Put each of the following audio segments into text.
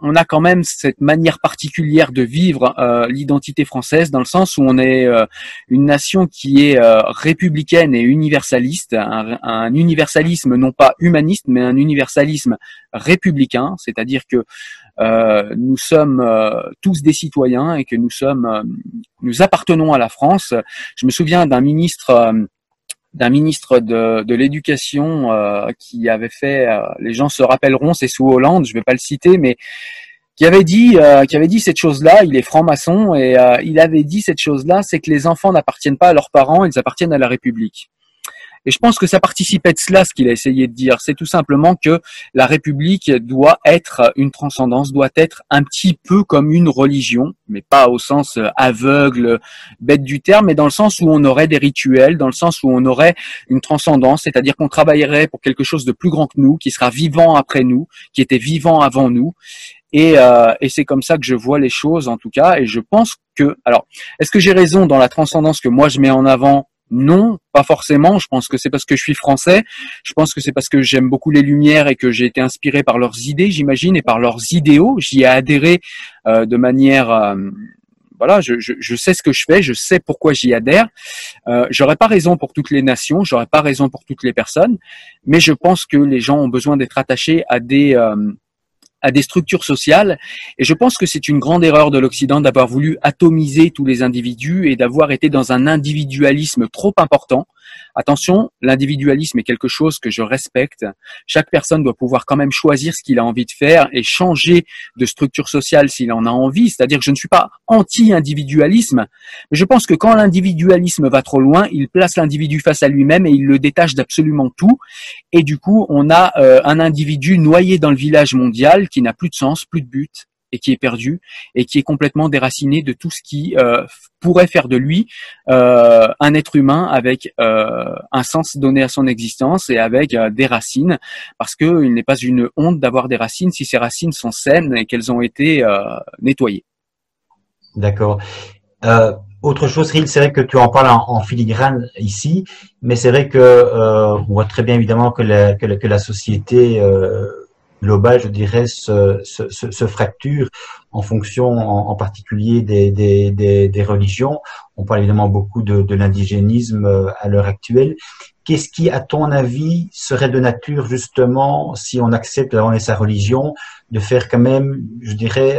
on a quand même cette manière particulière de vivre l'identité française, dans le sens où on est une nation qui est républicaine et universaliste, un universalisme non pas humaniste, mais un universalisme républicain, c'est-à-dire que nous sommes tous des citoyens et que nous appartenons à la France. Je me souviens d'un ministre de l'éducation qui avait fait, les gens se rappelleront, c'est sous Hollande, je vais pas le citer, mais qui avait dit cette chose-là. Il est franc-maçon et il avait dit cette chose-là, c'est que les enfants n'appartiennent pas à leurs parents, ils appartiennent à la République. Et je pense que ça participait de cela, ce qu'il a essayé de dire. C'est tout simplement que la République doit être une transcendance, doit être un petit peu comme une religion, mais pas au sens aveugle, bête du terme, mais dans le sens où on aurait des rituels, dans le sens où on aurait une transcendance, c'est-à-dire qu'on travaillerait pour quelque chose de plus grand que nous, qui sera vivant après nous, qui était vivant avant nous. Et c'est comme ça que je vois les choses, en tout cas. Et je pense que, alors, est-ce que j'ai raison dans la transcendance que moi je mets en avant? Non, pas forcément. Je pense que c'est parce que je suis français. Je pense que c'est parce que j'aime beaucoup les Lumières et que j'ai été inspiré par leurs idées, j'imagine, et par leurs idéaux. J'y ai adhéré de manière... voilà, je sais ce que je fais, je sais pourquoi j'y adhère. J'aurais pas raison pour toutes les nations, j'aurais pas raison pour toutes les personnes, mais je pense que les gens ont besoin d'être attachés à des structures sociales. Et je pense que c'est une grande erreur de l'Occident d'avoir voulu atomiser tous les individus et d'avoir été dans un individualisme trop important. Attention, l'individualisme est quelque chose que je respecte. Chaque personne doit pouvoir quand même choisir ce qu'il a envie de faire et changer de structure sociale s'il en a envie. C'est-à-dire que je ne suis pas anti-individualisme, mais je pense que quand l'individualisme va trop loin, il place l'individu face à lui-même et il le détache d'absolument tout. Et du coup, on a un individu noyé dans le village mondial qui n'a plus de sens, plus de but, et qui est perdu, et qui est complètement déraciné de tout ce qui pourrait faire de lui un être humain avec un sens donné à son existence et avec des racines, parce que il n'est pas une honte d'avoir des racines si ces racines sont saines et qu'elles ont été nettoyées. D'accord. Autre chose, Cyril, c'est vrai que tu en parles en filigrane ici, mais c'est vrai que on voit très bien évidemment que la société globale, je dirais, se fracture en fonction, en particulier des religions. On parle évidemment beaucoup de l'indigénisme à l'heure actuelle. Qu'est-ce qui, à ton avis, serait de nature justement, si on accepte d'avoir sa religion, de faire quand même, je dirais,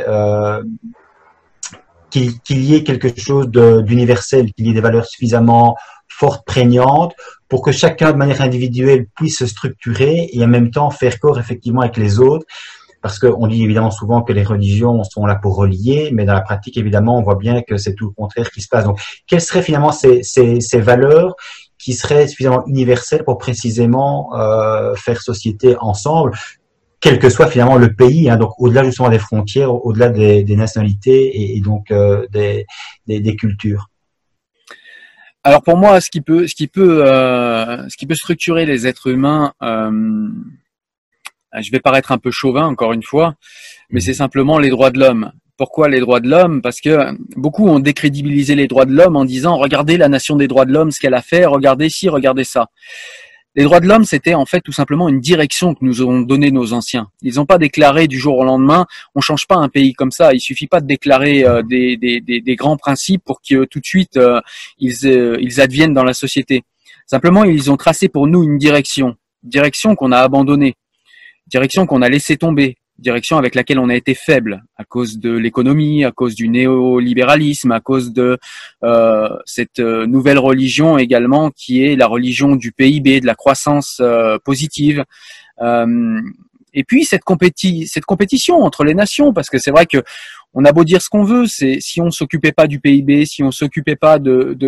qu'il y ait quelque chose d'universel, qu'il y ait des valeurs suffisamment fortes, prégnantes, pour que chacun, de manière individuelle, puisse se structurer et en même temps faire corps effectivement avec les autres. Parce qu'on dit évidemment souvent que les religions sont là pour relier, mais dans la pratique, évidemment, on voit bien que c'est tout le contraire qui se passe. Donc, quelles seraient finalement ces valeurs qui seraient suffisamment universelles pour précisément faire société ensemble, quel que soit finalement le pays, hein, donc au-delà justement des frontières, au-delà des nationalités et donc des cultures. Alors pour moi, ce qui peut structurer les êtres humains, je vais paraître un peu chauvin encore une fois, mais c'est simplement les droits de l'homme. Pourquoi les droits de l'homme? Parce que beaucoup ont décrédibilisé les droits de l'homme en disant regardez la nation des droits de l'homme, ce qu'elle a fait, regardez ci, regardez ça. Les droits de l'homme, c'était en fait tout simplement une direction que nous ont donnée nos anciens. Ils n'ont pas déclaré du jour au lendemain, on change pas un pays comme ça. Il suffit pas de déclarer des grands principes pour que tout de suite ils adviennent dans la société. Simplement, ils ont tracé pour nous une direction qu'on a abandonnée, direction qu'on a laissé tomber, direction avec laquelle on a été faible à cause de l'économie, à cause du néolibéralisme, à cause de cette nouvelle religion également qui est la religion du PIB, de la croissance positive. Et puis cette compétition entre les nations, parce que c'est vrai que on a beau dire ce qu'on veut, c'est si on s'occupait pas du PIB, si on s'occupait pas de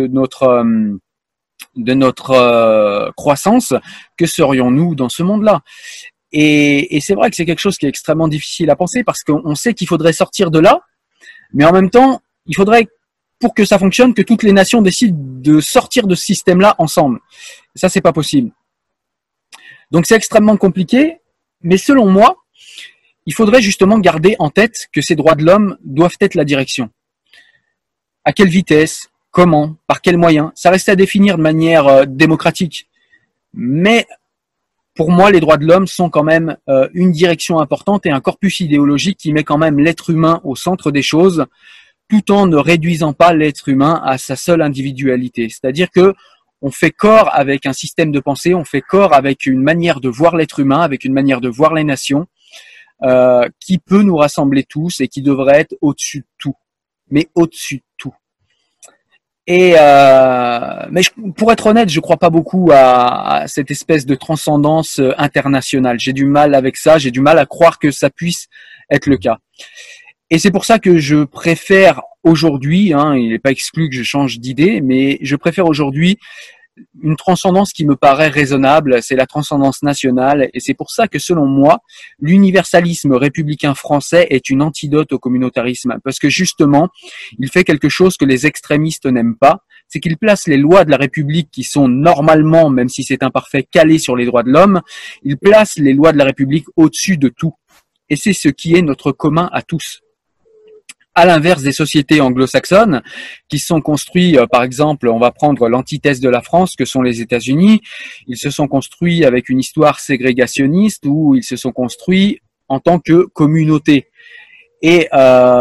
notre croissance, que serions-nous dans ce monde-là? Et c'est vrai que c'est quelque chose qui est extrêmement difficile à penser parce qu'on sait qu'il faudrait sortir de là, mais en même temps, il faudrait, pour que ça fonctionne, que toutes les nations décident de sortir de ce système-là ensemble. Et ça, c'est pas possible. Donc c'est extrêmement compliqué, mais selon moi, il faudrait justement garder en tête que ces droits de l'homme doivent être la direction. À quelle vitesse, comment, par quels moyens, ça reste à définir de manière démocratique. Mais pour moi, les droits de l'homme sont quand même une direction importante et un corpus idéologique qui met quand même l'être humain au centre des choses, tout en ne réduisant pas l'être humain à sa seule individualité. C'est-à-dire que on fait corps avec un système de pensée, on fait corps avec une manière de voir l'être humain, avec une manière de voir les nations, qui peut nous rassembler tous et qui devrait être au-dessus de tout, mais au-dessus de tout. Et mais pour être honnête, je crois pas beaucoup à cette espèce de transcendance internationale. J'ai du mal avec ça, j'ai du mal à croire que ça puisse être le cas. Et c'est pour ça que je préfère aujourd'hui, il n'est pas exclu que je change d'idée, mais je préfère aujourd'hui une transcendance qui me paraît raisonnable, c'est la transcendance nationale, et c'est pour ça que selon moi, l'universalisme républicain français est une antidote au communautarisme, parce que justement, il fait quelque chose que les extrémistes n'aiment pas, c'est qu'il place les lois de la République qui sont normalement, même si c'est imparfait, calées sur les droits de l'homme, il place les lois de la République au-dessus de tout, et c'est ce qui est notre commun à tous. À l'inverse des sociétés anglo-saxonnes qui sont construites, par exemple, on va prendre l'antithèse de la France que sont les États-Unis, ils se sont construits avec une histoire ségrégationniste où ils se sont construits en tant que communauté. Et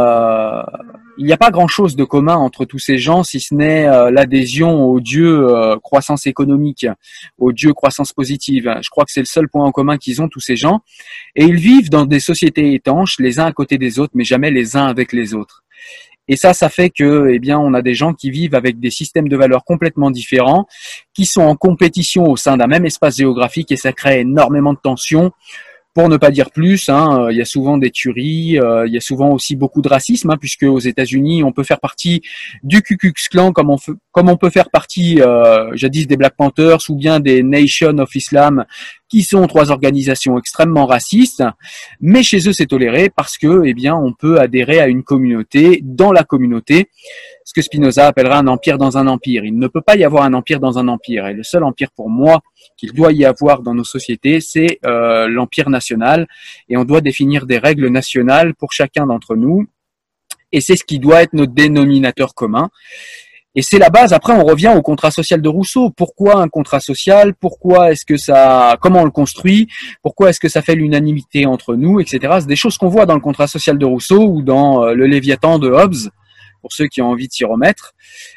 il n'y a pas grand-chose de commun entre tous ces gens, si ce n'est l'adhésion au dieu croissance économique, au dieu croissance positive. Je crois que c'est le seul point en commun qu'ils ont, tous ces gens. Et ils vivent dans des sociétés étanches, les uns à côté des autres, mais jamais les uns avec les autres. Et ça fait que, on a des gens qui vivent avec des systèmes de valeurs complètement différents, qui sont en compétition au sein d'un même espace géographique, et ça crée énormément de tensions. Pour ne pas dire plus, il y a souvent des tueries, il y a souvent aussi beaucoup de racisme, puisque aux États-Unis, on peut faire partie du Ku Klux Klan comme on peut faire partie jadis des Black Panthers ou bien des Nation of Islam, qui sont trois organisations extrêmement racistes, mais chez eux c'est toléré parce que, on peut adhérer à une communauté, dans la communauté, ce que Spinoza appellera un empire dans un empire. Il ne peut pas y avoir un empire dans un empire, et le seul empire pour moi qu'il doit y avoir dans nos sociétés, c'est l'empire national, et on doit définir des règles nationales pour chacun d'entre nous, et c'est ce qui doit être notre dénominateur commun. Et c'est la base. Après, on revient au contrat social de Rousseau. Pourquoi un contrat social? Pourquoi est-ce que comment on le construit? Pourquoi est-ce que ça fait l'unanimité entre nous, etc. C'est des choses qu'on voit dans le contrat social de Rousseau ou dans le Léviathan de Hobbes, pour ceux qui ont envie de s'y remettre.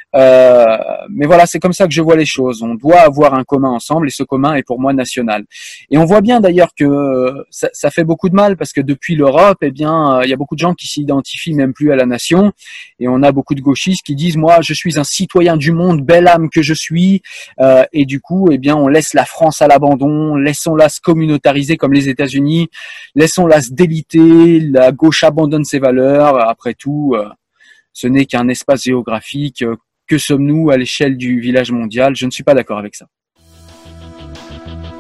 Mais voilà, c'est comme ça que je vois les choses. On doit avoir un commun ensemble, et ce commun est pour moi national. Et on voit bien d'ailleurs que ça fait beaucoup de mal, parce que depuis l'Europe, il y a beaucoup de gens qui s'identifient même plus à la nation, et on a beaucoup de gauchistes qui disent moi je suis un citoyen du monde, belle âme que je suis, et du coup on laisse la France à l'abandon, laissons-la se communautariser comme les États-Unis, laissons-la se déliter, la gauche abandonne ses valeurs, après tout ce n'est qu'un espace géographique. Que sommes-nous à l'échelle du village mondial? Je ne suis pas d'accord avec ça.